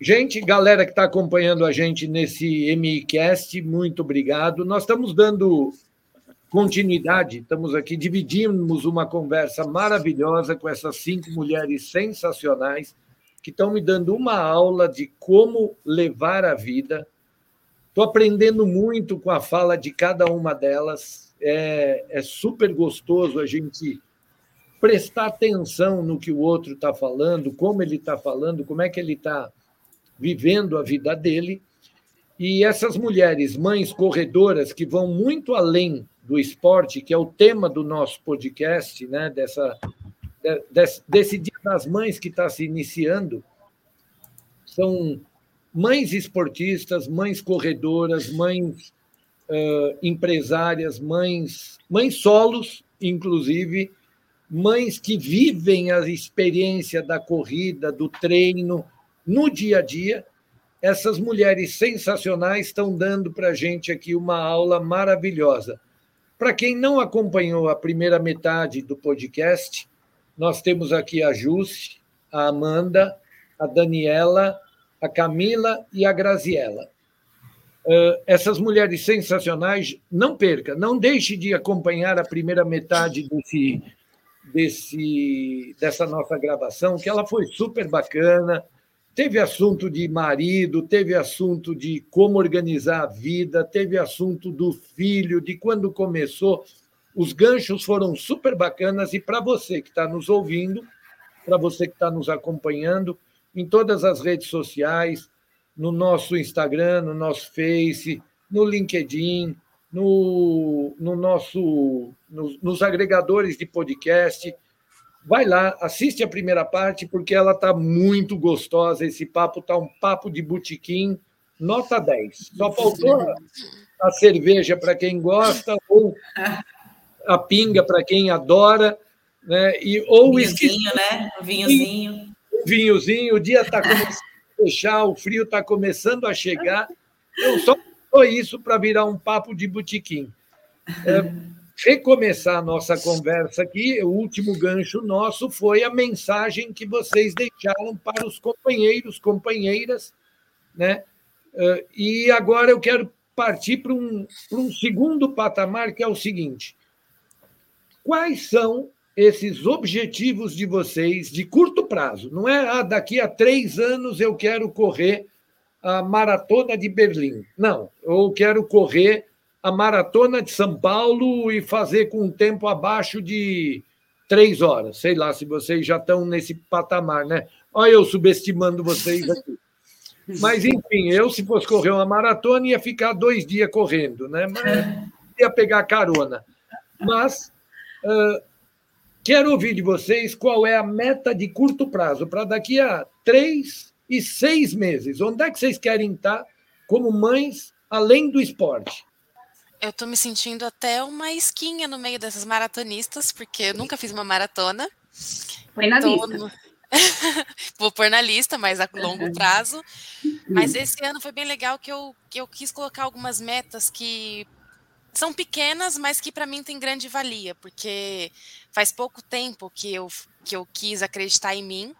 Gente, galera que está acompanhando a gente nesse MIcast, muito obrigado. Nós estamos dando continuidade, estamos aqui, dividimos uma conversa maravilhosa com essas 5 mulheres sensacionais que estão me dando uma aula de como levar a vida. Estou aprendendo muito com a fala de cada uma delas. É super gostoso a gente prestar atenção no que o outro está falando, como ele está falando, como é que ele está vivendo a vida dele. E essas mulheres, mães corredoras, que vão muito além do esporte, que é o tema do nosso podcast, né? Desse Dia das Mães que está se iniciando, são mães esportistas, mães corredoras, mães empresárias, mães solos, inclusive, mães que vivem a experiência da corrida, do treino, no dia a dia. Essas mulheres sensacionais estão dando para a gente aqui uma aula maravilhosa. Para quem não acompanhou a primeira metade do podcast, nós temos aqui a Jusce, a Amanda, a Daniela, a Camila e a Graziella. Essas mulheres sensacionais, não perca, não deixe de acompanhar a primeira metade dessa nossa gravação, que ela foi super bacana. Teve assunto de marido, teve assunto de como organizar a vida, teve assunto do filho, de quando começou. Os ganchos foram super bacanas e para você que está nos ouvindo, para você que está nos acompanhando, em todas as redes sociais, no nosso Instagram, no nosso Face, no LinkedIn, nos agregadores de podcast. Vai lá, assiste a primeira parte, porque ela está muito gostosa. Esse papo está um papo de botequim, nota 10. Só faltou a cerveja para quem gosta, ou a pinga para quem adora, né? Ou o vinhozinho, né? O vinhozinho. O vinhozinho, o dia está começando a fechar, o frio está começando a chegar. Então, só foi isso para virar um papo de botequim. Recomeçar a nossa conversa aqui, o último gancho nosso foi a mensagem que vocês deixaram para os companheiros, companheiras, né? E agora eu quero partir para um segundo patamar, que é o seguinte: quais são esses objetivos de vocês de curto prazo? Não é daqui a 3 anos eu quero correr a maratona de Berlim. Não, eu quero correr a maratona de São Paulo e fazer com um tempo abaixo de 3 horas. Sei lá se vocês já estão nesse patamar, né? Olha eu subestimando vocês aqui. Mas, enfim, eu, se fosse correr uma maratona, ia ficar 2 dias correndo, né? Mas ia pegar carona. Mas quero ouvir de vocês qual é a meta de curto prazo para daqui a 3 e 6 meses. Onde é que vocês querem estar como mães, além do esporte? Eu estou me sentindo até uma esquinha no meio dessas maratonistas, porque eu nunca fiz uma maratona. Põe na lista. Vou pôr na lista, mas a longo prazo. Mas esse ano foi bem legal que eu quis colocar algumas metas que são pequenas, mas que para mim tem grande valia, porque faz pouco tempo que eu quis acreditar em mim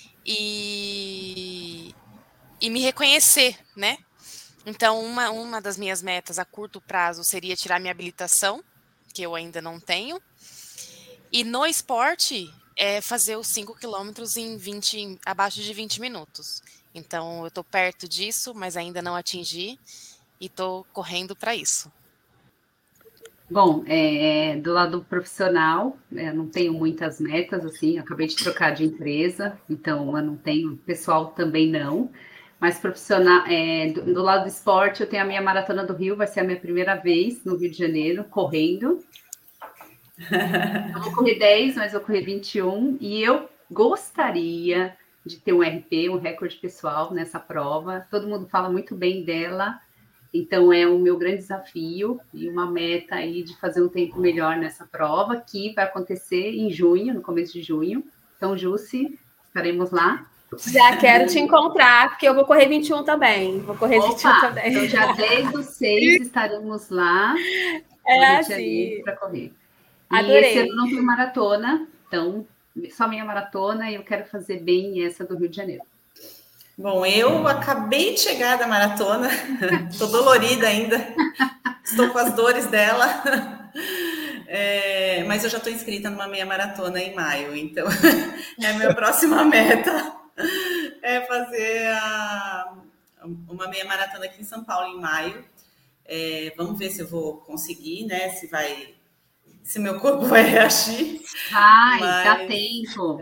e me reconhecer, né? Então, uma das minhas metas a curto prazo seria tirar minha habilitação, que eu ainda não tenho. E no esporte, é fazer os 5 quilômetros abaixo de 20 minutos. Então, eu estou perto disso, mas ainda não atingi e estou correndo para isso. Bom, do lado profissional, não tenho muitas metas, assim, acabei de trocar de empresa, então eu não tenho, pessoal também não, mas profissional, do lado do esporte, eu tenho a minha Maratona do Rio, vai ser a minha primeira vez no Rio de Janeiro, correndo. Eu vou correr 10, mas vou correr 21, e eu gostaria de ter um RP, um recorde pessoal nessa prova, todo mundo fala muito bem dela. Então, é o meu grande desafio e uma meta aí de fazer um tempo melhor nessa prova, que vai acontecer em junho, no começo de junho. Então, Jusce, estaremos lá. Já quero te encontrar, porque eu vou correr 21 também. Vou correr 21 também. Então, já 10/6 estaremos lá. Assim. Para correr. Adorei. E esse ano não tem maratona, então, só minha maratona, e eu quero fazer bem essa do Rio de Janeiro. Bom, eu acabei de chegar da maratona, estou dolorida ainda, estou com as dores dela, mas eu já estou inscrita numa meia maratona em maio, então é a minha próxima meta, é fazer uma meia maratona aqui em São Paulo em maio. Vamos ver se eu vou conseguir, né? Se meu corpo vai reagir. Dá tempo.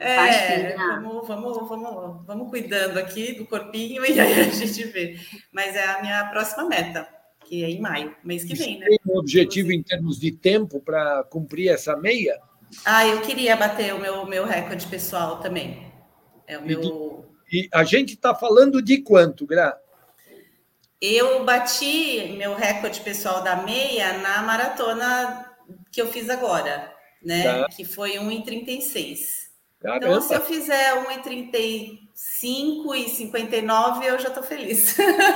Vamos cuidando aqui do corpinho e aí a gente vê. Mas é a minha próxima meta, que é em maio, mês que vem, né? Tem um objetivo em termos de tempo para cumprir essa meia? Eu queria bater o meu recorde pessoal também. E a gente está falando de quanto, Gra? Eu bati meu recorde pessoal da meia na maratona que eu fiz agora, né? Tá. Que foi 1:36. Caramba. Então, se eu fizer 1:35 e 59, eu já estou feliz.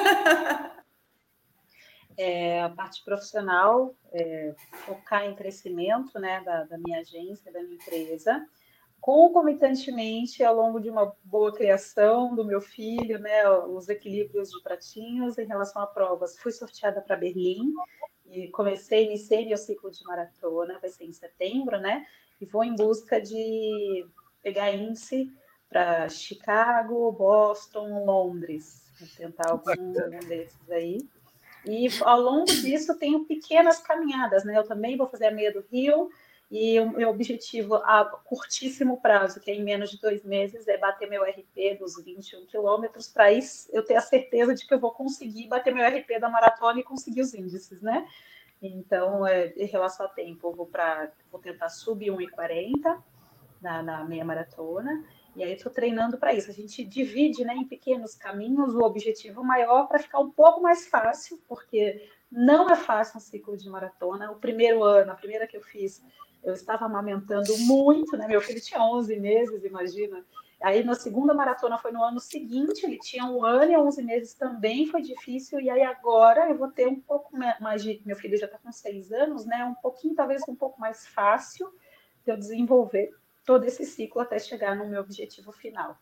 A parte profissional, focar em crescimento, né, da minha agência, da minha empresa, concomitantemente, ao longo de uma boa criação do meu filho, né, os equilíbrios de pratinhos em relação a provas. Fui sorteada para Berlim e iniciei meu ciclo de maratona, vai ser em setembro, né, e vou em busca de pegar índice para Chicago, Boston, Londres, vou tentar algum desses aí. E ao longo disso tenho pequenas caminhadas, né, eu também vou fazer a meia do Rio. E o meu objetivo a curtíssimo prazo, que é em menos de 2 meses, é bater meu RP dos 21 quilômetros, para isso eu ter a certeza de que eu vou conseguir bater meu RP da maratona e conseguir os índices, né? Então, em relação a tempo, eu vou tentar subir 1:40 na meia maratona, e aí estou treinando para isso. A gente divide, né, em pequenos caminhos o objetivo maior para ficar um pouco mais fácil, porque não é fácil um ciclo de maratona. O primeiro ano, a primeira que eu fiz, eu estava amamentando muito, né? Meu filho tinha 11 meses, imagina. Aí, na segunda maratona, foi no ano seguinte, ele tinha 1 ano e 11 meses, também foi difícil. E aí, agora, eu vou ter um pouco mais de... Meu filho já está com 6 anos, né? Um pouquinho, talvez, um pouco mais fácil de eu desenvolver todo esse ciclo até chegar no meu objetivo final.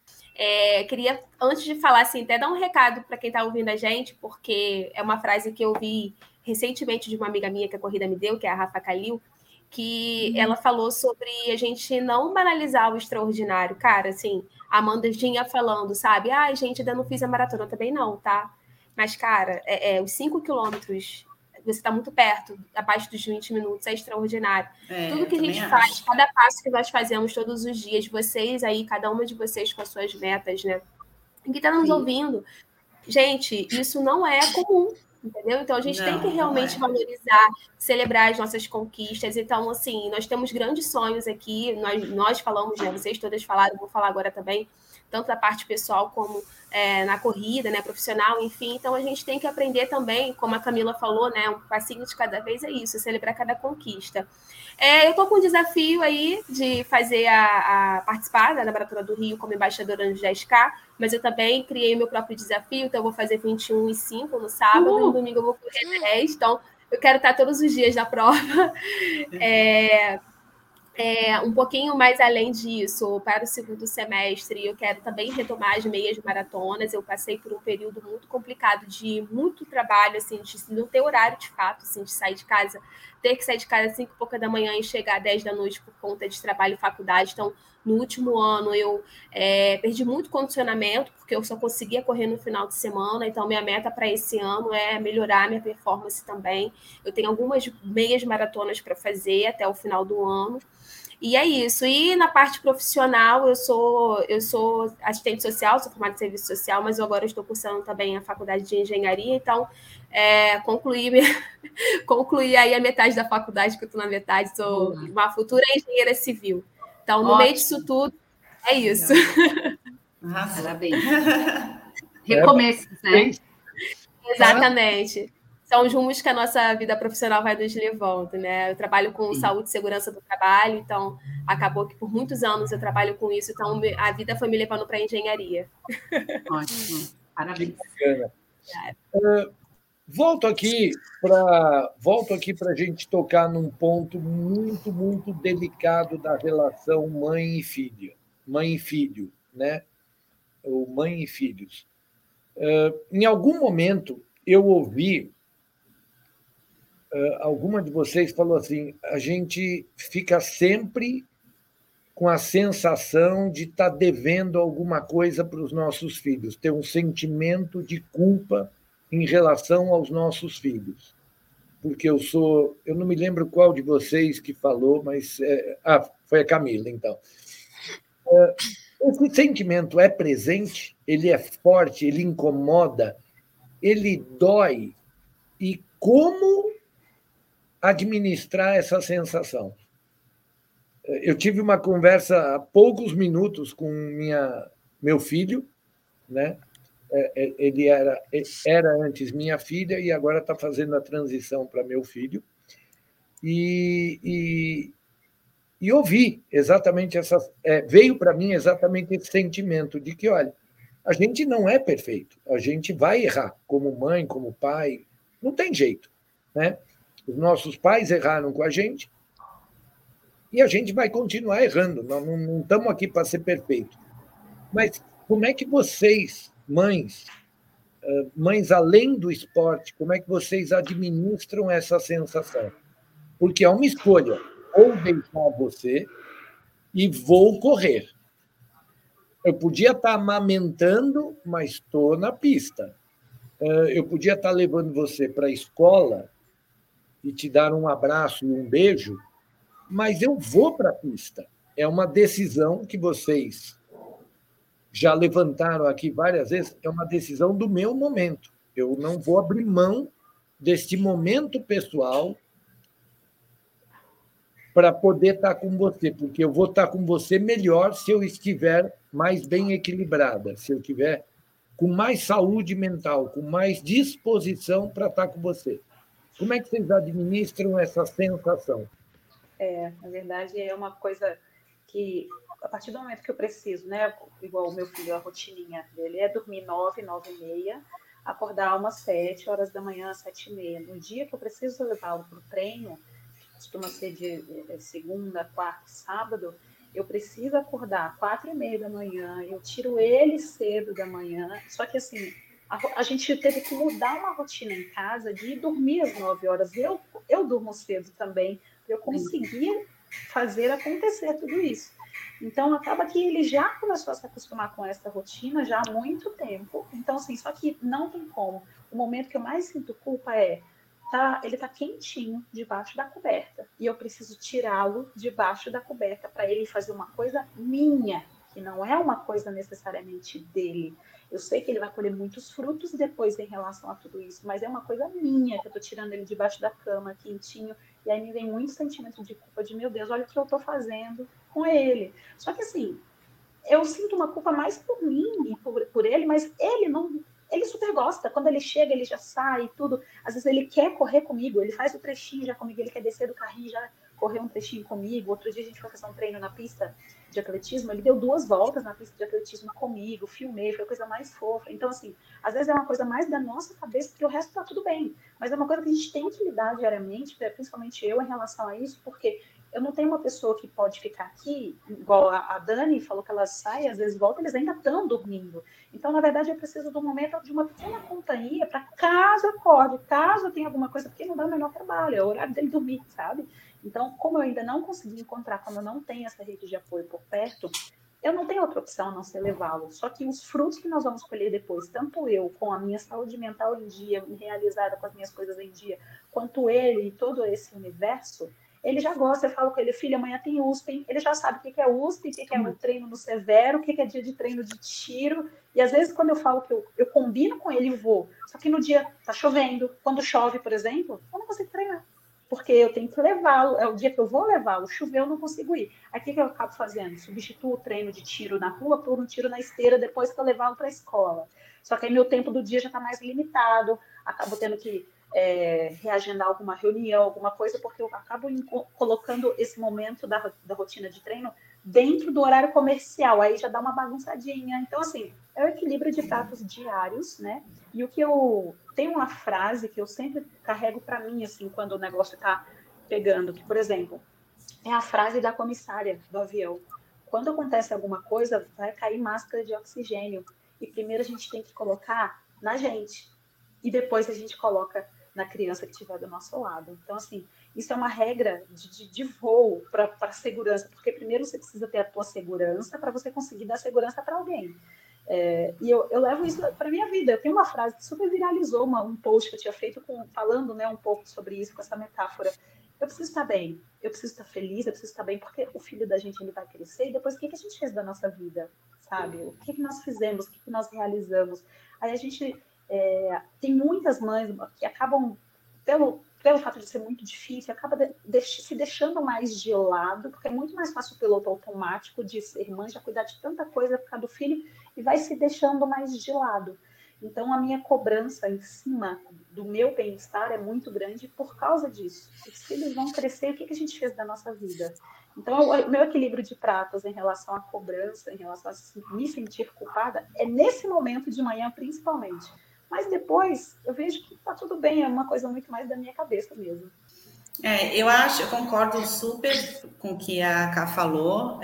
Queria, antes de falar, assim, até dar um recado para quem está ouvindo a gente, porque é uma frase que eu vi recentemente de uma amiga minha que a corrida me deu, que é a Rafa Kalil, que ela falou sobre a gente não banalizar o extraordinário. Cara, assim, a Amanda vinha falando, sabe? Gente, ainda não fiz a maratona, também não, tá? Mas, cara, os 5 quilômetros, você está muito perto, abaixo dos 20 minutos, é extraordinário. Tudo que a gente faz, cada passo que nós fazemos todos os dias, vocês aí, cada uma de vocês com as suas metas, né? E que está nos ouvindo, gente, isso não é comum. Entendeu? Então, a gente tem que realmente valorizar, celebrar as nossas conquistas. Então, assim, nós temos grandes sonhos aqui. Nós falamos, né? Vocês todas falaram, vou falar agora também, tanto da parte pessoal como na corrida, né? Profissional, enfim. Então, a gente tem que aprender também, como a Camila falou, né? Um passinho de cada vez é isso, celebrar cada conquista. Eu estou com um desafio aí de fazer participar da Maratona do Rio como embaixadora nos 10K, mas eu também criei meu próprio desafio, então eu vou fazer 21:05 no sábado, e no domingo eu vou correr 10, então eu quero estar todos os dias na prova. Um pouquinho mais além disso, para o segundo semestre, eu quero também retomar as meias maratonas. Eu passei por um período muito complicado de muito trabalho, assim, de não ter horário de fato, assim, de sair de casa, ter que sair de casa às 5:pouca da manhã e chegar às 10 da noite por conta de trabalho e faculdade. Então, no último ano, eu perdi muito condicionamento, porque eu só conseguia correr no final de semana. Então, minha meta para esse ano é melhorar minha performance também. Eu tenho algumas meias maratonas para fazer até o final do ano. E é isso. E na parte profissional, eu sou assistente social, sou formada em serviço social, mas eu agora estou cursando também a faculdade de engenharia, então concluí aí a metade da faculdade, que eu estou na metade, sou uma futura engenheira civil. Então, no meio disso tudo, é isso. Parabéns. Recomeços, né? Exatamente. São os rumos que a nossa vida profissional vai nos levando, né? Eu trabalho com saúde e segurança do trabalho, então acabou que por muitos anos eu trabalho com isso, então a vida foi me levando para a engenharia. Ótimo, parabéns. Volto aqui para a gente tocar num ponto muito, muito delicado da relação mãe e filho, né? ou mãe e filhos. Em algum momento, eu ouvi, alguma de vocês falou assim, a gente fica sempre com a sensação de estar devendo alguma coisa para os nossos filhos, ter um sentimento de culpa em relação aos nossos filhos. Porque eu não me lembro qual de vocês que falou, mas foi a Camila, então. Esse sentimento é presente, ele é forte, ele incomoda, ele dói. E como administrar essa sensação? Eu tive uma conversa há poucos minutos com meu filho, né? Ele era antes minha filha e agora está fazendo a transição para meu filho. E ouvi exatamente veio para mim exatamente esse sentimento de que, olha, a gente não é perfeito, a gente vai errar como mãe, como pai, não tem jeito, né? Os nossos pais erraram com a gente e a gente vai continuar errando, nós não estamos aqui para ser perfeito. Mas como é que vocês, mães além do esporte, como é que vocês administram essa sensação? Porque é uma escolha, ou deixar você e vou correr. Eu podia estar amamentando, mas estou na pista. Eu podia estar levando você para a escola e te dar um abraço e um beijo, mas eu vou para a pista. É uma decisão que vocês já levantaram aqui várias vezes, é uma decisão do meu momento. Eu não vou abrir mão deste momento pessoal para poder estar com você, porque eu vou estar com você melhor se eu estiver mais bem equilibrada, se eu estiver com mais saúde mental, com mais disposição para estar com você. Como é que vocês administram essa sensação? Na verdade, é uma coisa que, a partir do momento que eu preciso, né, igual o meu filho, a rotininha dele é dormir 9, 9h30, acordar umas 7 horas da manhã, 7h30. No dia que eu preciso levá-lo para o treino, que costuma ser de segunda, quarta e sábado, eu preciso acordar 4h30 da manhã, eu tiro ele cedo da manhã, só que assim, a gente teve que mudar uma rotina em casa de ir dormir às 9 horas. Eu durmo cedo também, eu conseguia fazer acontecer tudo isso. Então, acaba que ele já começou a se acostumar com essa rotina já há muito tempo. Então, assim, só que não tem como. O momento que eu mais sinto culpa ele tá quentinho debaixo da coberta e eu preciso tirá-lo debaixo da coberta para ele fazer uma coisa minha, que não é uma coisa necessariamente dele. Eu sei que ele vai colher muitos frutos depois em relação a tudo isso, mas é uma coisa minha, que eu tô tirando ele debaixo da cama, quentinho, e aí me vem muito sentimento de culpa, de meu Deus, olha o que eu tô fazendo com ele. Só que assim, eu sinto uma culpa mais por mim e por ele, mas ele super gosta. Quando ele chega, ele já sai e tudo. Às vezes ele quer correr comigo, ele faz o trechinho já comigo, ele quer descer do carrinho já correr um trechinho comigo. Outro dia a gente foi fazer um treino na pista de atletismo, ele deu 2 voltas na pista de atletismo comigo, filmei, foi a coisa mais fofa. Então, assim, às vezes é uma coisa mais da nossa cabeça, porque o resto tá tudo bem. Mas é uma coisa que a gente tem que lidar diariamente, principalmente eu, em relação a isso, porque eu não tenho uma pessoa que pode ficar aqui, igual a Dani falou que ela sai, às vezes volta, eles ainda estão dormindo. Então, na verdade, eu preciso de um momento de uma pequena companhia para caso acorde, caso tenha alguma coisa, porque não dá o menor trabalho, é o horário dele dormir, sabe? Então, como eu ainda não consegui encontrar, como eu não tenho essa rede de apoio por perto, eu não tenho outra opção a não ser levá-lo. Só que os frutos que nós vamos colher depois, tanto eu com a minha saúde mental em dia, realizada com as minhas coisas em dia, quanto ele e todo esse universo, ele já gosta. Eu falo com ele, filho, amanhã tem USP, hein? Ele já sabe o que é USP, o que é o treino no Severo, o que é dia de treino de tiro. E às vezes, quando eu falo que eu combino com ele e vou, só que no dia tá chovendo, quando chove, por exemplo, eu não consigo treinar. Porque eu tenho que levá-lo, é o dia que eu vou levá-lo, choveu, eu não consigo ir. Aí o que eu acabo fazendo? Substituo o treino de tiro na rua por um tiro na esteira depois que eu levá-lo para a escola. Só que aí meu tempo do dia já está mais limitado, acabo tendo que reagendar alguma reunião, alguma coisa, porque eu acabo colocando esse momento da rotina de treino dentro do horário comercial, aí já dá uma bagunçadinha. Então, assim, é o equilíbrio de pratos diários, né? E o que eu... Tem uma frase que eu sempre carrego para mim, assim, quando o negócio está pegando, que, por exemplo, é a frase da comissária do avião. quando acontece alguma coisa, vai cair máscara de oxigênio. E primeiro a gente tem que colocar na gente. E depois a gente coloca na criança que estiver do nosso lado. Então, assim, isso é uma regra de voo para segurança, porque primeiro você precisa ter a tua segurança para você conseguir dar segurança para alguém. E eu levo isso para a minha vida. Eu tenho uma frase que super viralizou, um post que eu tinha feito falando, né, um pouco sobre isso, com essa metáfora. Eu preciso estar bem, eu preciso estar feliz, eu preciso estar bem, porque o filho da gente ele vai crescer e depois o que a gente fez da nossa vida, sabe? O que nós fizemos, o que nós realizamos. Aí a gente tem muitas mães que acabam, pelo fato de ser muito difícil, acaba se deixando mais de lado, porque é muito mais fácil o piloto automático de ser mãe, já cuidar de tanta coisa por causa do filho, e vai se deixando mais de lado. Então, a minha cobrança em cima do meu bem-estar é muito grande por causa disso. Os filhos vão crescer, o que a gente fez da nossa vida? Então, o meu equilíbrio de pratos em relação à cobrança, em relação a me sentir culpada, é nesse momento de manhã, principalmente. Mas depois, eu vejo que tá tudo bem, é uma coisa muito mais da minha cabeça mesmo. Eu concordo super com o que a Ká falou.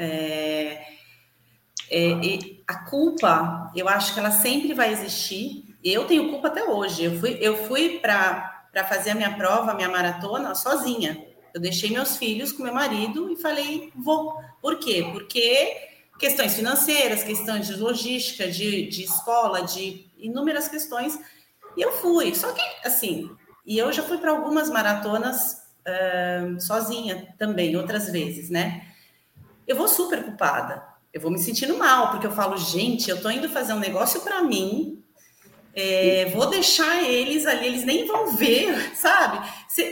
A culpa, eu acho que ela sempre vai existir. Eu tenho culpa até hoje. Eu fui para fazer a minha prova, a minha maratona, sozinha. Eu deixei meus filhos com meu marido e falei, vou. Por quê? Porque questões financeiras, questões de logística, de escola, de inúmeras questões. E eu fui. Só que, assim, e eu já fui para algumas maratonas sozinha também, outras vezes, né? Eu vou super culpada. Eu vou me sentindo mal, porque eu falo, gente, eu tô indo fazer um negócio para mim, vou deixar eles ali, eles nem vão ver, sabe?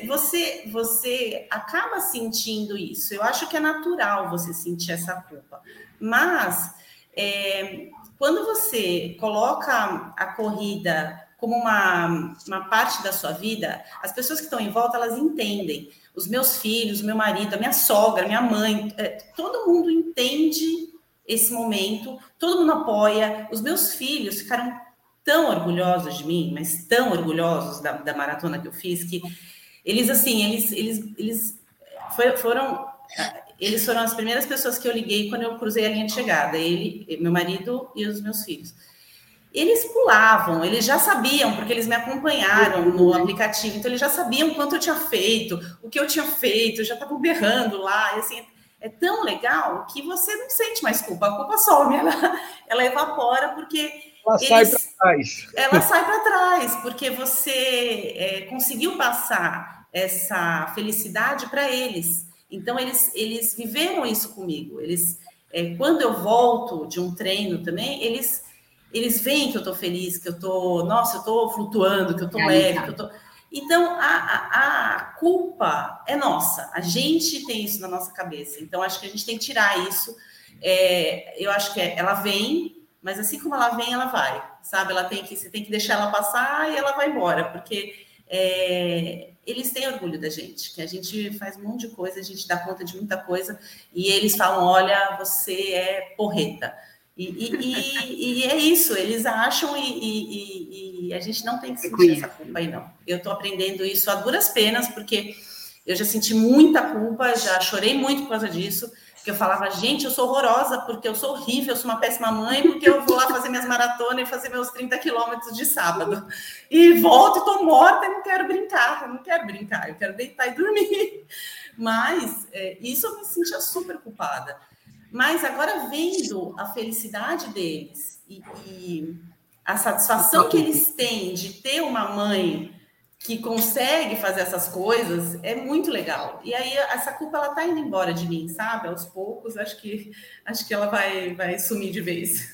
Você acaba sentindo isso. Eu acho que é natural você sentir essa culpa. Mas, quando você coloca a corrida como uma parte da sua vida, as pessoas que estão em volta, elas entendem. Os meus filhos, meu marido, a minha sogra, minha mãe, todo mundo entende esse momento, todo mundo apoia. Os meus filhos ficaram tão orgulhosos de mim, mas tão orgulhosos da maratona que eu fiz, que eles, assim, eles foram as primeiras pessoas que eu liguei quando eu cruzei a linha de chegada, meu marido e os meus filhos. Eles pulavam, eles já sabiam, porque eles me acompanharam no aplicativo, então eles já sabiam quanto eu tinha feito, o que eu tinha feito, já estavam berrando lá, e assim, é tão legal que você não sente mais culpa, a culpa some, ela evapora, porque ela sai para trás. Ela sai para trás, porque você conseguiu passar essa felicidade para eles. Então, eles viveram isso comigo. Quando eu volto de um treino também, eles veem que eu estou feliz, que eu estou flutuando, que eu estou leve, que eu estou... Então, a culpa é nossa. A gente tem isso na nossa cabeça. Então, acho que a gente tem que tirar isso. Eu acho que ela vem, mas assim como ela vem, ela vai, sabe? Você tem que deixar ela passar e ela vai embora, porque eles têm orgulho da gente, que a gente faz um monte de coisa, a gente dá conta de muita coisa, e eles falam, olha, você é porreta. E é isso, eles acham e a gente não tem que sentir essa culpa aí, não. Eu estou aprendendo isso a duras penas, porque eu já senti muita culpa, já chorei muito por causa disso, porque eu falava, gente, eu sou horrorosa, porque eu sou horrível, eu sou uma péssima mãe, porque eu vou lá fazer minhas maratonas e fazer meus 30 quilômetros de sábado. E volto e estou morta e não quero brincar, eu quero deitar e dormir. Mas isso eu me sentia super culpada. Mas agora vendo a felicidade deles e a satisfação que eles têm de ter uma mãe que consegue fazer essas coisas, é muito legal. E aí essa culpa ela tá indo embora de mim, sabe? Aos poucos, acho que ela vai sumir de vez.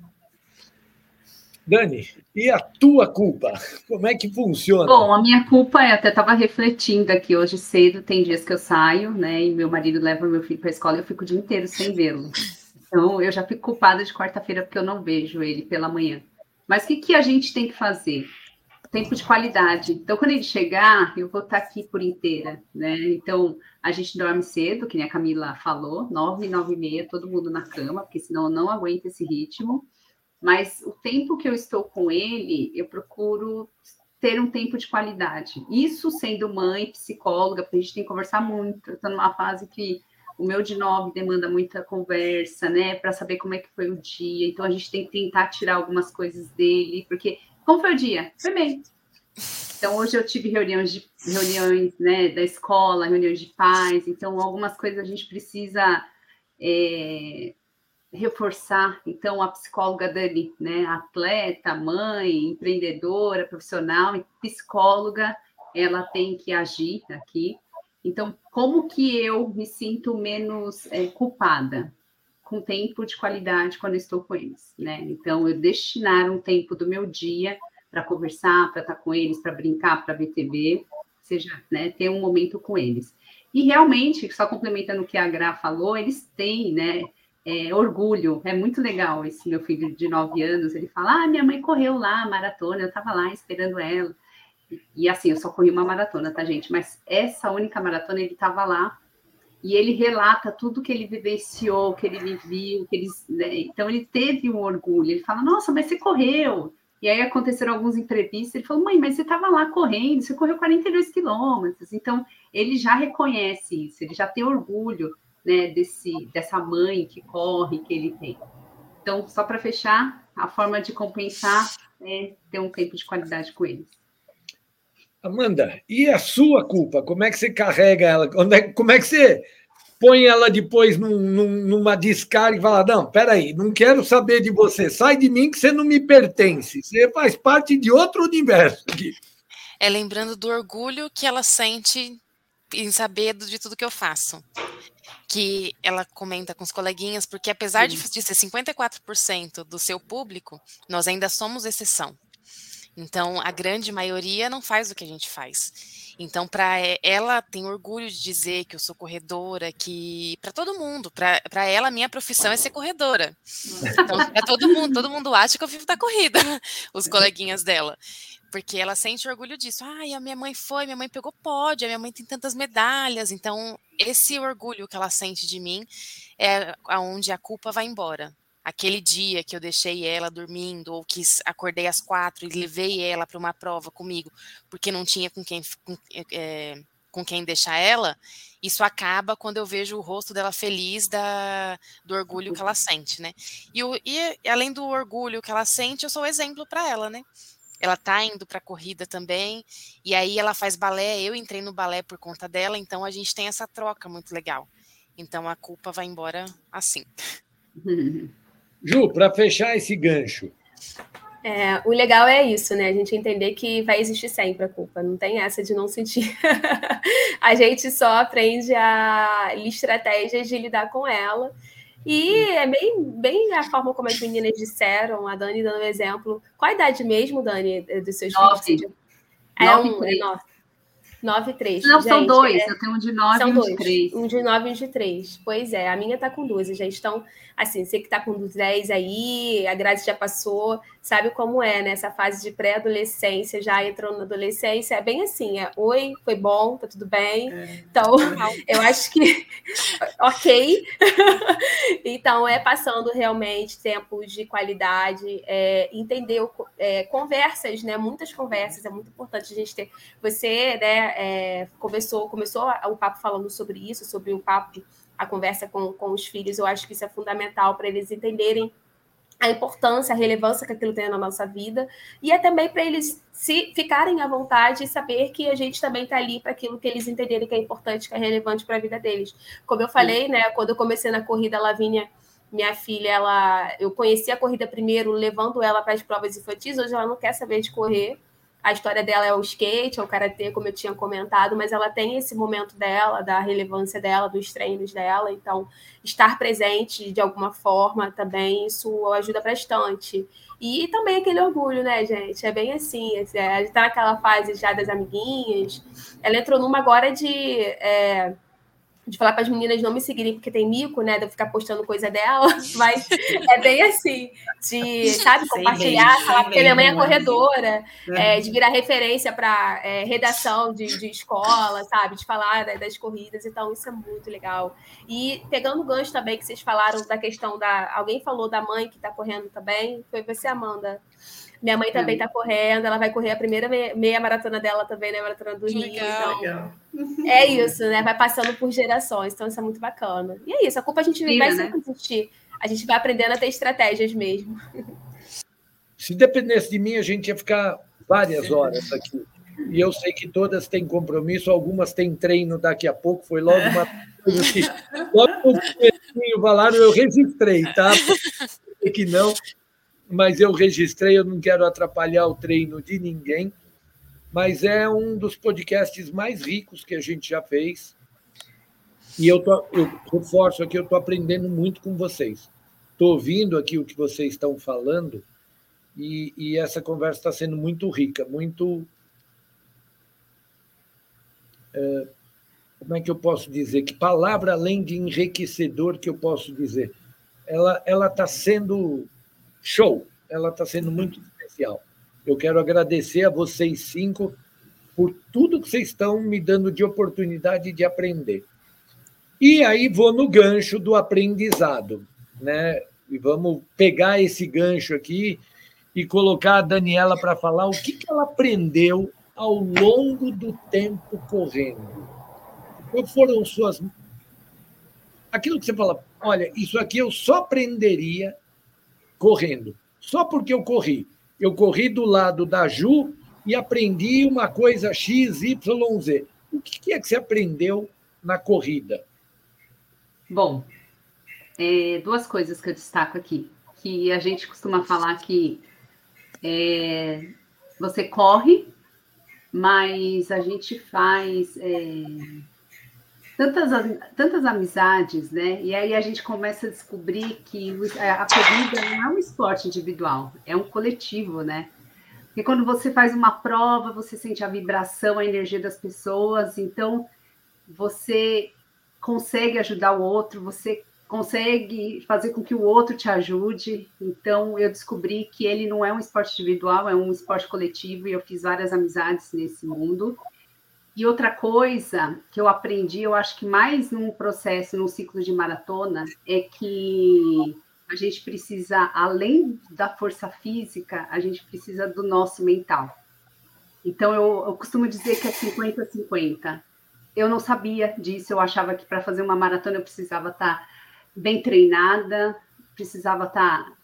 Dani, e a tua culpa? Como é que funciona? Bom, a minha culpa até estava refletindo aqui hoje cedo, tem dias que eu saio, né, e meu marido leva meu filho para a escola e eu fico o dia inteiro sem vê-lo. Então, eu já fico culpada de quarta-feira porque eu não vejo ele pela manhã. Mas o que a gente tem que fazer? Tempo de qualidade. Então, quando ele chegar, eu vou estar aqui por inteira, né? Então, a gente dorme cedo, que nem a Camila falou, 9, 9h30, todo mundo na cama, porque senão eu não aguento esse ritmo. Mas o tempo que eu estou com ele, eu procuro ter um tempo de qualidade. Isso sendo mãe, psicóloga, porque a gente tem que conversar muito. Estou numa fase que o meu de 9 demanda muita conversa, né, para saber como é que foi o dia. Então, a gente tem que tentar tirar algumas coisas dele, porque, como foi o dia? Foi bem. Então, hoje eu tive reuniões, né, da escola, reuniões de pais. Então, algumas coisas a gente precisa reforçar. Então, a psicóloga Dani, né, atleta, mãe, empreendedora, profissional, psicóloga, ela tem que agir aqui. Então, como que eu me sinto menos culpada? Com tempo de qualidade quando eu estou com eles, né? Então, eu destinar um tempo do meu dia para conversar, para estar com eles, para brincar, para ver TV, seja, né, ter um momento com eles. E realmente, só complementando o que a Gra falou, eles têm, né, orgulho. É muito legal esse meu filho de 9 anos, ele fala, minha mãe correu lá, maratona, eu estava lá esperando ela. E assim, eu só corri uma maratona, tá, gente? Mas essa única maratona, ele estava lá e ele relata tudo que ele vivenciou, que ele viu, que eles, né? Então, ele teve um orgulho. Ele fala, nossa, mas você correu. E aí aconteceram alguns imprevistos. Ele falou, mãe, mas você estava lá correndo, você correu 42 quilômetros. Então, ele já reconhece isso, ele já tem orgulho, né, dessa mãe que corre, que ele tem. Então, só para fechar, a forma de compensar é ter um tempo de qualidade com eles. Amanda, e a sua culpa? Como é que você carrega ela? Como é que você põe ela depois numa descarga e fala, não, peraí, não quero saber de você, sai de mim que você não me pertence, você faz parte de outro universo aqui. Lembrando do orgulho que ela sente em saber de tudo que eu faço. Que ela comenta com os coleguinhas, porque apesar de ser 54% do seu público, nós ainda somos exceção. Então, a grande maioria não faz o que a gente faz. Então, para ela, tem orgulho de dizer que eu sou corredora, que para todo mundo, para ela, minha profissão é ser corredora. Então, para todo mundo acha que eu vivo da corrida, os coleguinhas dela. Porque ela sente orgulho disso. A minha mãe pegou pódio, a minha mãe tem tantas medalhas. Então, esse orgulho que ela sente de mim é onde a culpa vai embora. Aquele dia que eu deixei ela dormindo, ou que acordei às 4 e levei ela para uma prova comigo, porque não tinha com quem deixar ela, isso acaba quando eu vejo o rosto dela feliz do orgulho que ela sente, né? E além do orgulho que ela sente, eu sou exemplo para ela, né? Ela tá indo para a corrida também, e aí ela faz balé, eu entrei no balé por conta dela, então a gente tem essa troca muito legal. Então a culpa vai embora assim. Ju, para fechar esse gancho. O legal é isso, né? A gente entender que vai existir sempre a culpa, não tem essa de não sentir. A gente só aprende a estratégias de lidar com ela. E é bem a forma como as meninas disseram, a Dani dando exemplo. Qual a idade mesmo, Dani, dos seus 9. filhos? 9 e 3. Não, gente, são 2. Eu tenho um de 9 e um de 3. Um de 9 e um de 3. Pois é, a minha tá com 12. Já estão, assim, você que tá com 10 aí, a Grazi já passou, sabe como é, né? Essa fase de pré-adolescência, já entrou na adolescência. É bem assim, oi, foi bom, tá tudo bem. Então, eu acho que... ok. Então, passando realmente tempos de qualidade, entender, conversas, né? Muitas conversas, é muito importante a gente ter. Você, né, começou o papo falando sobre isso, sobre a conversa com os filhos. Eu acho que isso é fundamental para eles entenderem a importância, a relevância que aquilo tem na nossa vida, e também para eles se ficarem à vontade e saber que a gente também está ali para aquilo que eles entenderem que é importante, que é relevante para a vida deles. Como eu falei, né, quando eu comecei na corrida, a Lavínia, minha filha, eu conheci a corrida primeiro, levando ela para as provas infantis. Hoje ela não quer saber de correr. A história dela é o skate, é o karatê, como eu tinha comentado, mas ela tem esse momento dela, da relevância dela, dos treinos dela. Então, estar presente de alguma forma também, isso ajuda bastante. E também aquele orgulho, né, gente? É bem assim, ela está naquela fase já das amiguinhas. Ela entrou numa agora de falar para as meninas não me seguirem porque tem mico, né, de eu ficar postando coisa dela, mas é bem assim, de, sabe, compartilhar, falar porque minha mãe é corredora, de virar referência para redação de escola, sabe, de falar das corridas, então isso é muito legal. E pegando o gancho também que vocês falaram da questão alguém falou da mãe que está correndo também, foi você, Amanda. Minha mãe também está correndo, ela vai correr a primeira meia maratona dela também, né? Maratona do Rio. Legal. Então, é isso, né? Vai passando por gerações, então isso é muito bacana. E é isso, a culpa a gente vai sempre existir. A gente vai aprendendo a ter estratégias mesmo. Se dependesse de mim, a gente ia ficar várias horas aqui. E eu sei que todas têm compromisso, algumas têm treino daqui a pouco. Foi logo uma coisa que, logo que falaram, eu registrei, tá? Que não, mas eu registrei, eu não quero atrapalhar o treino de ninguém. Mas é um dos podcasts mais ricos que a gente já fez. E eu reforço aqui, eu estou aprendendo muito com vocês. Estou ouvindo aqui o que vocês estão falando e essa conversa está sendo muito rica, muito... como é que eu posso dizer? Que palavra além de enriquecedor que eu posso dizer? Ela está sendo show, ela está sendo muito especial. Eu quero agradecer a vocês 5 por tudo que vocês estão me dando de oportunidade de aprender. E aí vou no gancho do aprendizado, né? E vamos pegar esse gancho aqui e colocar a Daniela para falar o que ela aprendeu ao longo do tempo correndo. Qual foram suas... Aquilo que você fala, olha, isso aqui eu só aprenderia correndo, só porque eu corri. Eu corri do lado da Ju e aprendi uma coisa X, Y, Z. O que é que você aprendeu na corrida? Bom, 2 coisas que eu destaco aqui. Que a gente costuma falar que você corre, mas a gente faz tantas amizades, né? E aí a gente começa a descobrir que a corrida não é um esporte individual, é um coletivo, né? Porque quando você faz uma prova, você sente a vibração, a energia das pessoas, então você consegue ajudar o outro, você consegue fazer com que o outro te ajude. Então, eu descobri que ele não é um esporte individual, é um esporte coletivo, e eu fiz várias amizades nesse mundo. E outra coisa que eu aprendi, eu acho que mais num processo, num ciclo de maratona, é que a gente precisa, além da força física, a gente precisa do nosso mental. Então, eu costumo dizer que é 50-50. Eu não sabia disso, eu achava que para fazer uma maratona eu precisava estar bem treinada, precisava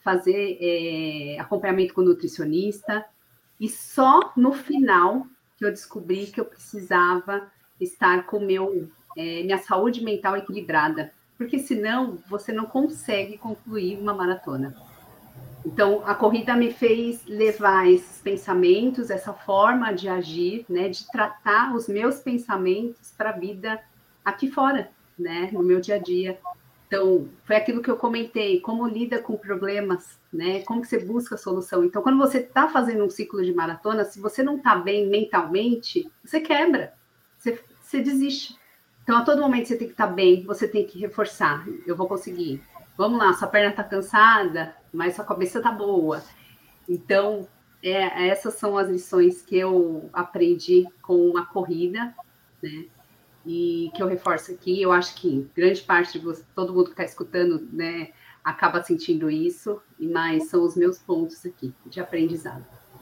fazer acompanhamento com nutricionista, e só no final que eu descobri que eu precisava estar com minha saúde mental equilibrada, porque senão você não consegue concluir uma maratona. Então, a corrida me fez levar esses pensamentos, essa forma de agir, né, de tratar os meus pensamentos para a vida aqui fora, né, no meu dia a dia. Então, foi aquilo que eu comentei, como lida com problemas, né, como que você busca a solução. Então, quando você está fazendo um ciclo de maratona, se você não está bem mentalmente, você quebra, você desiste. Então, a todo momento você tem que estar bem, você tem que reforçar, eu vou conseguir. Vamos lá, sua perna está cansada, mas sua cabeça está boa. Então, essas são as lições que eu aprendi com a corrida, né? E que eu reforço aqui. Eu acho que grande parte de todo mundo que está escutando, né, acaba sentindo isso, mas são os meus pontos aqui de aprendizado.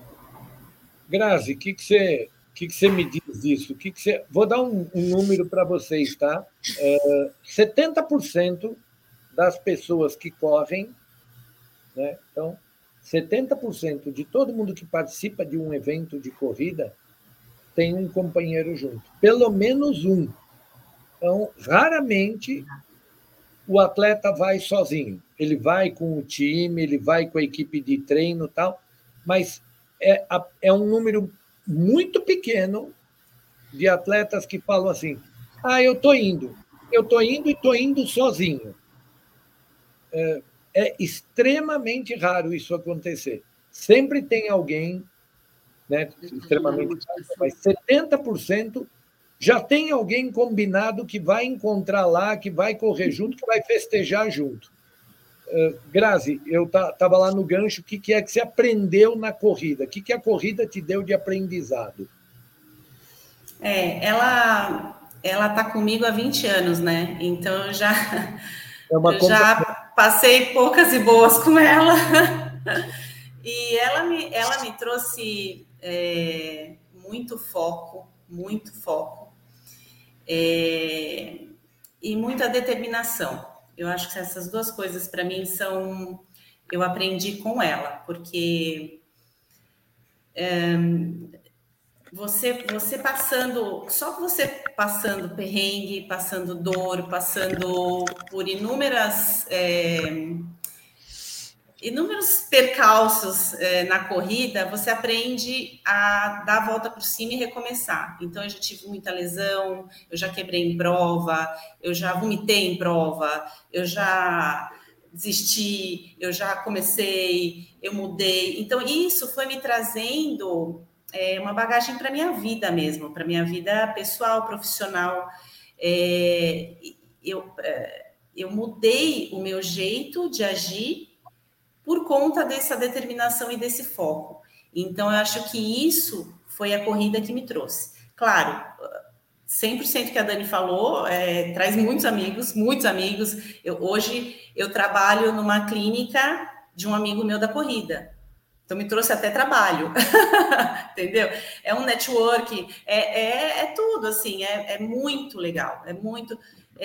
Grazi, o que você me diz disso? Vou dar um número para vocês, tá? 70% das pessoas que correm, né? Então, 70% de todo mundo que participa de um evento de corrida tem um companheiro junto, pelo menos um. Então, raramente o atleta vai sozinho. Ele vai com o time, ele vai com a equipe de treino e tal, mas é um número muito pequeno de atletas que falam assim, eu estou indo e estou indo sozinho. É extremamente raro isso acontecer. Sempre tem alguém, né, extremamente raro, mas 70% já tem alguém combinado que vai encontrar lá, que vai correr junto, que vai festejar junto. Grazi, eu estava lá no gancho, o que é que você aprendeu na corrida? O que a corrida te deu de aprendizado? Ela está comigo há 20 anos, né? Então, eu já passei poucas e boas com ela. E ela me trouxe muito foco, e muita determinação. Eu acho que essas duas coisas, para mim, eu aprendi com ela, porque você passando perrengue, passando dor, passando por inúmeros percalços na corrida, você aprende a dar a volta por cima e recomeçar. Então, eu já tive muita lesão, eu já quebrei em prova, eu já vomitei em prova, eu já desisti, eu já comecei, eu mudei. Então, isso foi me trazendo uma bagagem para a minha vida mesmo, para a minha vida pessoal, profissional. Eu mudei o meu jeito de agir por conta dessa determinação e desse foco. Então, eu acho que isso foi a corrida que me trouxe. Claro, 100% que a Dani falou, traz muitos amigos. Hoje, eu trabalho numa clínica de um amigo meu da corrida. Então, me trouxe até trabalho, entendeu? É um network, é tudo, assim, é muito legal, é muito...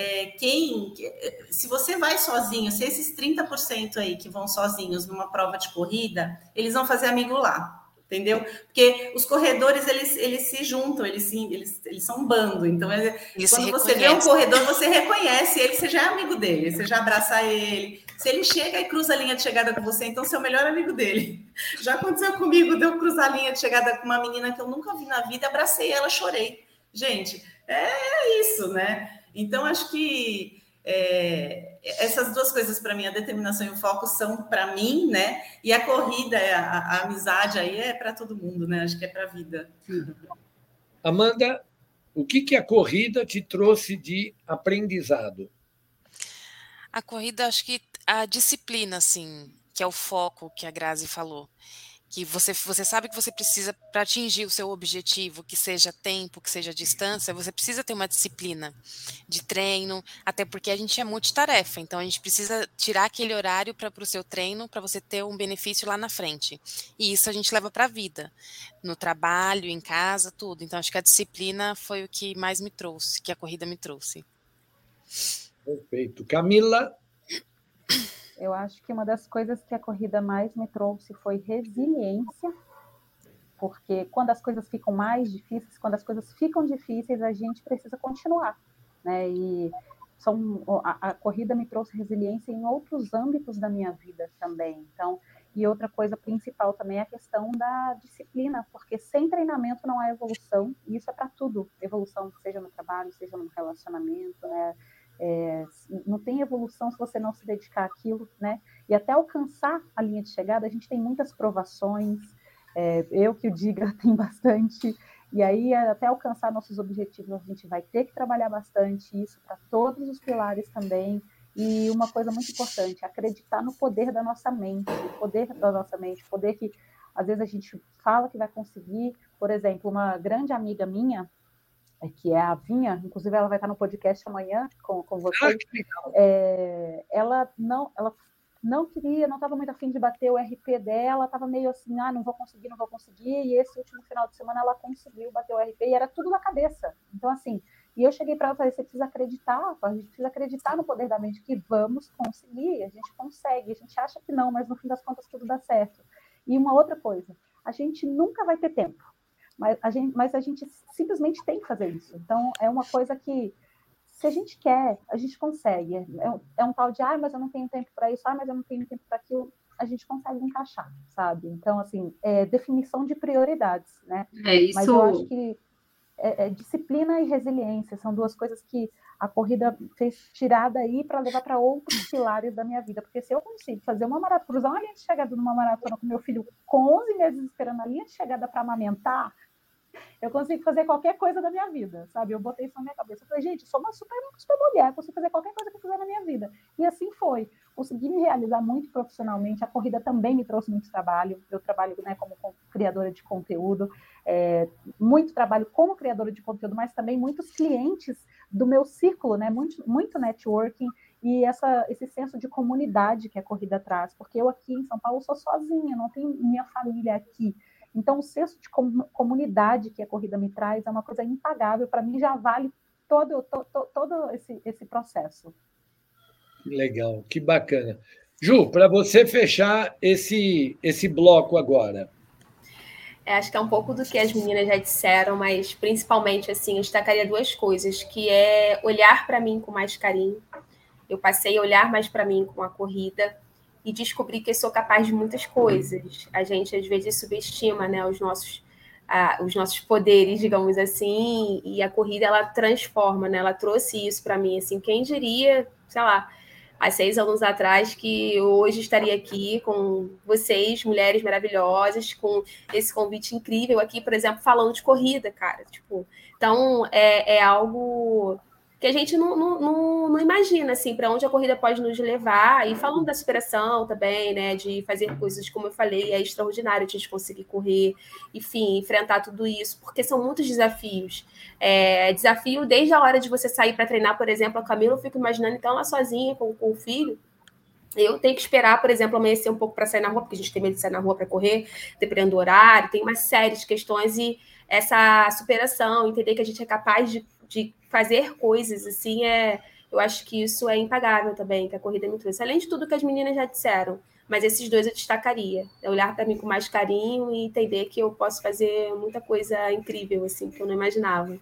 se você vai sozinho, se esses 30% aí que vão sozinhos numa prova de corrida, eles vão fazer amigo lá, entendeu? Porque os corredores, eles se juntam, eles são um bando. Então, quando você vê um corredor, você reconhece ele, você já é amigo dele, você já abraça ele. Se ele chega e cruza a linha de chegada com você, então você é o melhor amigo dele. Já aconteceu comigo, de eu cruzar a linha de chegada com uma menina que eu nunca vi na vida, abracei ela, chorei. Gente, é isso, né? Então, acho que essas duas coisas, para mim, a determinação e o foco, são para mim, né? E a corrida, a amizade aí é para todo mundo, né? Acho que é para a vida. Amanda, o que a corrida te trouxe de aprendizado? A corrida, acho que a disciplina, assim, que é o foco que a Grazi falou. Que você sabe que você precisa, para atingir o seu objetivo, que seja tempo, que seja distância, você precisa ter uma disciplina de treino, até porque a gente é multitarefa, então a gente precisa tirar aquele horário para o seu treino, para você ter um benefício lá na frente. E isso a gente leva para a vida, no trabalho, em casa, tudo. Então acho que a disciplina foi o que mais me trouxe, que a corrida me trouxe. Perfeito. Camila? Eu acho que uma das coisas que a corrida mais me trouxe foi resiliência, porque quando as coisas ficam mais difíceis, quando as coisas ficam difíceis, a gente precisa continuar, né? E a corrida me trouxe resiliência em outros âmbitos da minha vida também. Então, e outra coisa principal também é a questão da disciplina, porque sem treinamento não há evolução, e isso é para tudo, evolução, seja no trabalho, seja no relacionamento, né? Não tem evolução se você não se dedicar àquilo, né? E até alcançar a linha de chegada, a gente tem muitas provações, eu que o diga tem bastante, e aí até alcançar nossos objetivos a gente vai ter que trabalhar bastante, isso para todos os pilares também. E uma coisa muito importante, acreditar no poder da nossa mente, poder que às vezes a gente fala que vai conseguir. Por exemplo, uma grande amiga minha, que é a Vinha, inclusive ela vai estar no podcast amanhã com vocês, ela não queria, não estava muito afim de bater o RP dela, estava meio assim, não vou conseguir, e esse último final de semana ela conseguiu bater o RP, e era tudo na cabeça. Então, assim, e eu cheguei para ela e falei, você precisa acreditar, a gente precisa acreditar no poder da mente, que vamos conseguir, a gente consegue, a gente acha que não, mas no fim das contas tudo dá certo. E uma outra coisa, a gente nunca vai ter tempo, mas a gente simplesmente tem que fazer isso. Então, é uma coisa que, se a gente quer, a gente consegue. É um tal de, mas eu não tenho tempo para isso, mas eu não tenho tempo para aquilo. A gente consegue encaixar, sabe? Então, assim, definição de prioridades, né? Isso. Mas eu acho que disciplina e resiliência são duas coisas que a corrida fez tirar daí para levar para outros pilares da minha vida. Porque se eu consigo fazer uma maratona, cruzar uma linha de chegada numa maratona com meu filho com 11 meses esperando a linha de chegada para amamentar, eu consigo fazer qualquer coisa da minha vida, sabe? Eu botei isso na minha cabeça. Eu falei, gente, sou uma super mulher, consigo fazer qualquer coisa que eu quiser na minha vida. E assim foi. Consegui me realizar muito profissionalmente. A corrida também me trouxe muito trabalho. Eu trabalho, né, como criadora de conteúdo, muito trabalho como criadora de conteúdo, mas também muitos clientes do meu círculo, né? Muito networking. e esse senso de comunidade que a corrida traz, porque eu aqui em São Paulo sou sozinha, não tenho minha família aqui. Então, o senso de comunidade que a corrida me traz é uma coisa impagável, para mim já vale todo esse processo. Legal, que bacana. Ju, para você fechar esse bloco agora. Acho que é um pouco do que as meninas já disseram, mas principalmente, assim, eu destacaria duas coisas, que é olhar para mim com mais carinho. Eu passei a olhar mais para mim com a corrida e descobri que eu sou capaz de muitas coisas. A gente, às vezes, subestima, né, os nossos poderes, digamos assim, e a corrida, ela transforma, né? Ela trouxe isso para mim, assim, quem diria, sei lá, há 6 anos atrás, que eu hoje estaria aqui com vocês, mulheres maravilhosas, com esse convite incrível aqui, por exemplo, falando de corrida, cara. Tipo, então, é algo que a gente não imagina, assim, para onde a corrida pode nos levar. E falando da superação também, né, de fazer coisas, como eu falei, é extraordinário a gente conseguir correr, enfim, enfrentar tudo isso, porque são muitos desafios. Desafio desde a hora de você sair para treinar, por exemplo, a Camila, eu fico imaginando, então, ela sozinha com o filho, eu tenho que esperar, por exemplo, amanhecer um pouco para sair na rua, porque a gente tem medo de sair na rua para correr, dependendo do horário, tem uma série de questões, e essa superação, entender que a gente é capaz de fazer coisas, assim, eu acho que isso é impagável também, que a corrida me trouxe. Além de tudo que as meninas já disseram, mas esses dois eu destacaria. É olhar para mim com mais carinho e entender que eu posso fazer muita coisa incrível, assim, que eu não imaginava.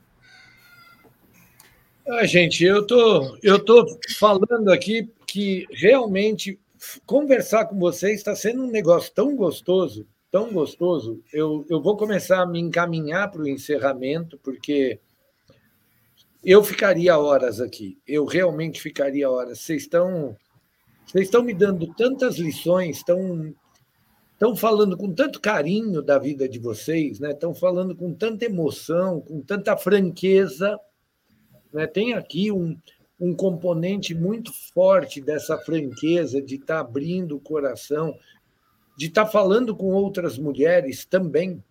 Gente, eu tô falando aqui que realmente conversar com vocês está sendo um negócio tão gostoso, tão gostoso. Eu vou começar a me encaminhar para o encerramento, porque eu ficaria horas aqui. Eu realmente ficaria horas. Vocês estão me dando tantas lições, estão falando com tanto carinho da vida de vocês, né? Estão falando com tanta emoção, com tanta franqueza. Né? Tem aqui um componente muito forte dessa franqueza, de estar abrindo o coração, de estar falando com outras mulheres também.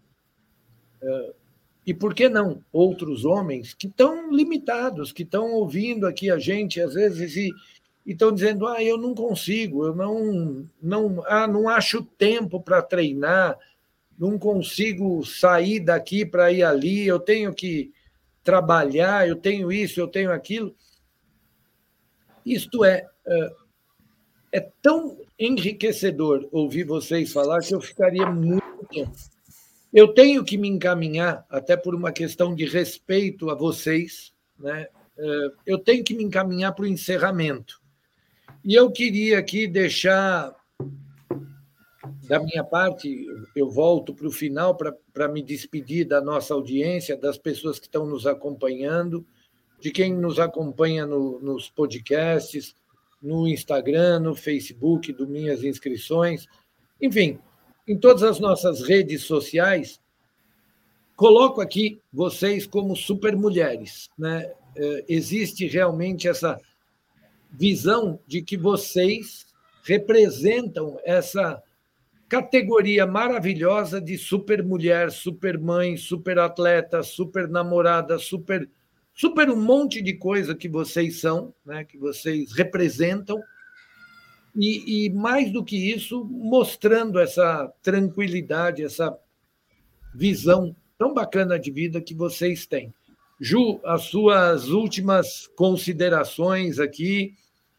E por que não outros homens que estão limitados, que estão ouvindo aqui a gente, às vezes, e estão dizendo: eu não consigo, eu não acho tempo para treinar, não consigo sair daqui para ir ali, eu tenho que trabalhar, eu tenho isso, eu tenho aquilo. Isto é tão enriquecedor ouvir vocês falar que eu ficaria muito tempo. Eu tenho que me encaminhar, até por uma questão de respeito a vocês, né? Eu tenho que me encaminhar para o encerramento. E eu queria aqui deixar, da minha parte, eu volto para o final para me despedir da nossa audiência, das pessoas que estão nos acompanhando, de quem nos acompanha nos podcasts, no Instagram, no Facebook, do Minhas Inscrições, enfim, em todas as nossas redes sociais. Coloco aqui vocês como supermulheres, né? Existe realmente essa visão de que vocês representam essa categoria maravilhosa de supermulher, supermãe, superatleta, supernamorada, super um monte de coisa que vocês são, né? Que vocês representam, e mais do que isso, mostrando essa tranquilidade, essa visão tão bacana de vida que vocês têm. Ju, as suas últimas considerações aqui.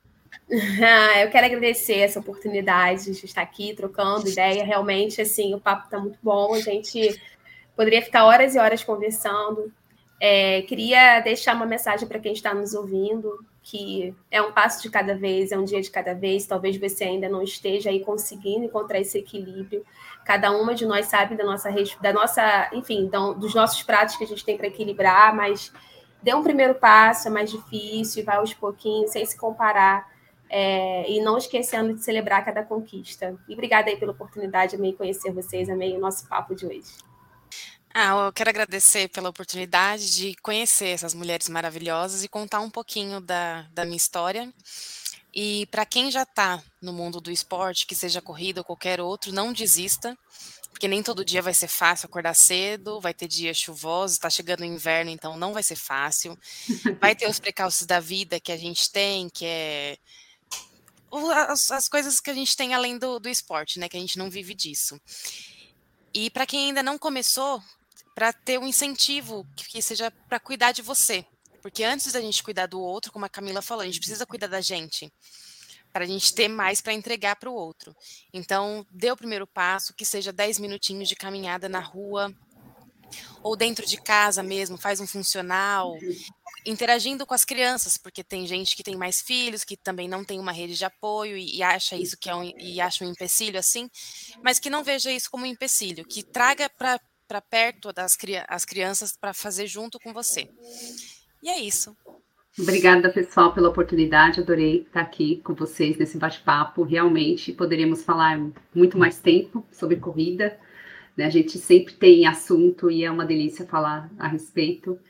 Eu quero agradecer essa oportunidade de estar aqui trocando ideia. Realmente, assim, o papo está muito bom. A gente poderia ficar horas e horas conversando. Queria deixar uma mensagem para quem está nos ouvindo, que é um passo de cada vez, é um dia de cada vez. Talvez você ainda não esteja aí conseguindo encontrar esse equilíbrio. Cada uma de nós sabe enfim, dos nossos pratos que a gente tem para equilibrar, mas dê um primeiro passo, é mais difícil, vai aos pouquinhos, sem se comparar, e não esquecendo de celebrar cada conquista. E obrigada aí pela oportunidade, amei conhecer vocês, amei o nosso papo de hoje. Eu quero agradecer pela oportunidade de conhecer essas mulheres maravilhosas e contar um pouquinho da minha história. E para quem já está no mundo do esporte, que seja corrida ou qualquer outro, não desista. porque nem todo dia vai ser fácil acordar cedo, vai ter dias chuvosos, está chegando o inverno, então não vai ser fácil. Vai ter os precalços da vida que a gente tem, que é as coisas que a gente tem além do esporte, né? Que a gente não vive disso. E para quem ainda não começou, para ter um incentivo que seja para cuidar de você. Porque antes da gente cuidar do outro, como a Camila falou, a gente precisa cuidar da gente, para a gente ter mais para entregar para o outro. Então, dê o primeiro passo, que seja 10 minutinhos de caminhada na rua, ou dentro de casa mesmo, faz um funcional, interagindo com as crianças, porque tem gente que tem mais filhos, que também não tem uma rede de apoio e acha isso que e acha um empecilho assim, mas que não veja isso como um empecilho, que traga para perto as crianças para fazer junto com você. E é isso. Obrigada, pessoal, pela oportunidade. Adorei estar aqui com vocês nesse bate-papo. Realmente poderíamos falar muito mais tempo sobre corrida, né? A gente sempre tem assunto e é uma delícia falar a respeito.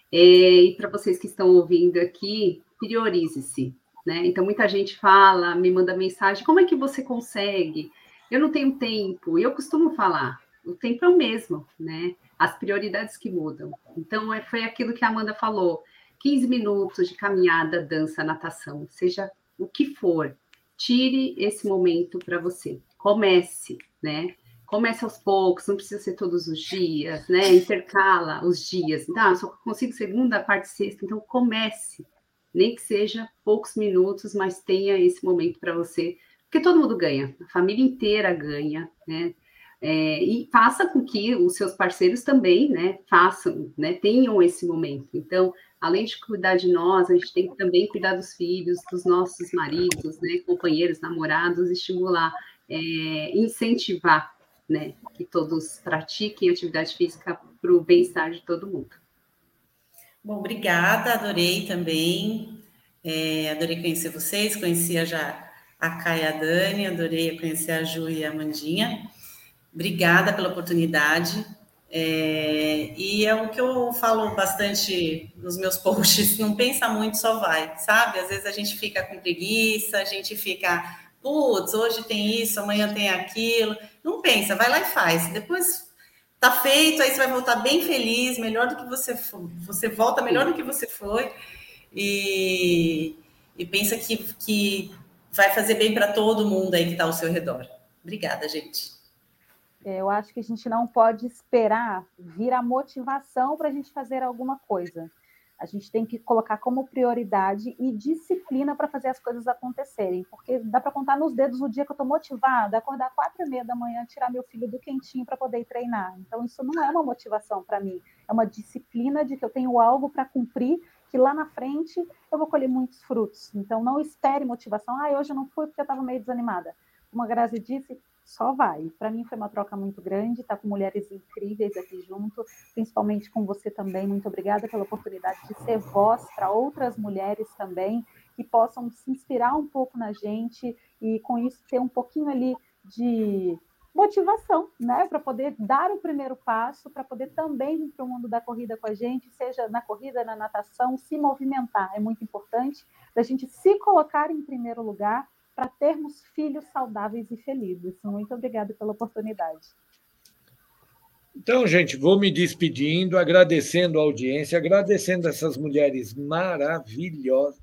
E para vocês que estão ouvindo aqui, priorize-se, né? Então, muita gente fala, me manda mensagem, como é que você consegue? Eu não tenho tempo. E eu costumo falar, o tempo é o mesmo, né? As prioridades que mudam. Então, foi aquilo que a Amanda falou, 15 minutos de caminhada, dança, natação, seja o que for, tire esse momento para você. Comece, né? Comece aos poucos, não precisa ser todos os dias, né? Intercala os dias. Tá, só consigo segunda, quarta e sexta, então comece. Nem que seja poucos minutos, mas tenha esse momento para você, porque todo mundo ganha, a família inteira ganha, né? E faça com que os seus parceiros também, né, façam, né, tenham esse momento. Então, além de cuidar de nós, a gente tem que também cuidar dos filhos, dos nossos maridos, né, companheiros, namorados, estimular, incentivar, né, que todos pratiquem atividade física para o bem-estar de todo mundo. Bom, obrigada, adorei também, adorei conhecer vocês, conhecia já a Caia e a Dani, adorei conhecer a Ju e a Amandinha. Obrigada pela oportunidade. E é o que eu falo bastante nos meus posts, não pensa muito, só vai, sabe? Às vezes a gente fica com preguiça, a gente fica, putz, hoje tem isso, amanhã tem aquilo. Não pensa, vai lá e faz. Depois tá feito, aí você vai voltar bem feliz, melhor do que você foi. Você volta melhor do que você foi. E pensa que vai fazer bem para todo mundo aí que está ao seu redor. Obrigada, gente. Eu acho que a gente não pode esperar vir a motivação para a gente fazer alguma coisa. A gente tem que colocar como prioridade e disciplina para fazer as coisas acontecerem, porque dá para contar nos dedos o dia que eu estou motivada, acordar 4h30 da manhã, tirar meu filho do quentinho para poder treinar. Então, isso não é uma motivação para mim, é uma disciplina de que eu tenho algo para cumprir, que lá na frente eu vou colher muitos frutos. Então, não espere motivação. Hoje eu não fui porque eu estava meio desanimada. Como a Grazi disse, só vai. Para mim foi uma troca muito grande, estar com mulheres incríveis aqui junto, principalmente com você também. Muito obrigada pela oportunidade de ser voz para outras mulheres também, que possam se inspirar um pouco na gente e com isso ter um pouquinho ali de motivação, né, para poder dar o primeiro passo, para poder também vir para o mundo da corrida com a gente, seja na corrida, na natação, se movimentar. É muito importante da gente se colocar em primeiro lugar para termos filhos saudáveis e felizes. Muito obrigada pela oportunidade. Então, gente, vou me despedindo, agradecendo a audiência, agradecendo essas mulheres maravilhosas,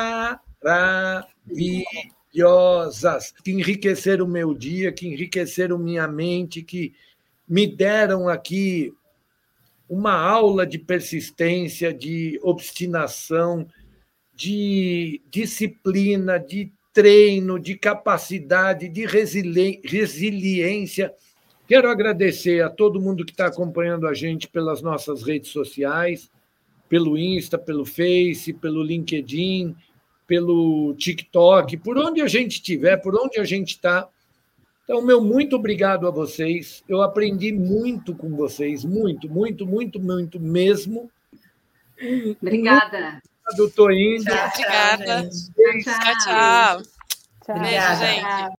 que enriqueceram o meu dia, que enriqueceram minha mente, que me deram aqui uma aula de persistência, de obstinação, de disciplina, de treino, de capacidade, de resiliência. Quero agradecer a todo mundo que está acompanhando a gente pelas nossas redes sociais, pelo Insta, pelo Face, pelo LinkedIn, pelo TikTok, por onde a gente estiver, por onde a gente está. Então, meu muito obrigado a vocês. Eu aprendi muito com vocês, muito, muito, muito, muito mesmo. Obrigada. Estou indo. Obrigada. Tchau, tchau. Tchau. Beijo, gente.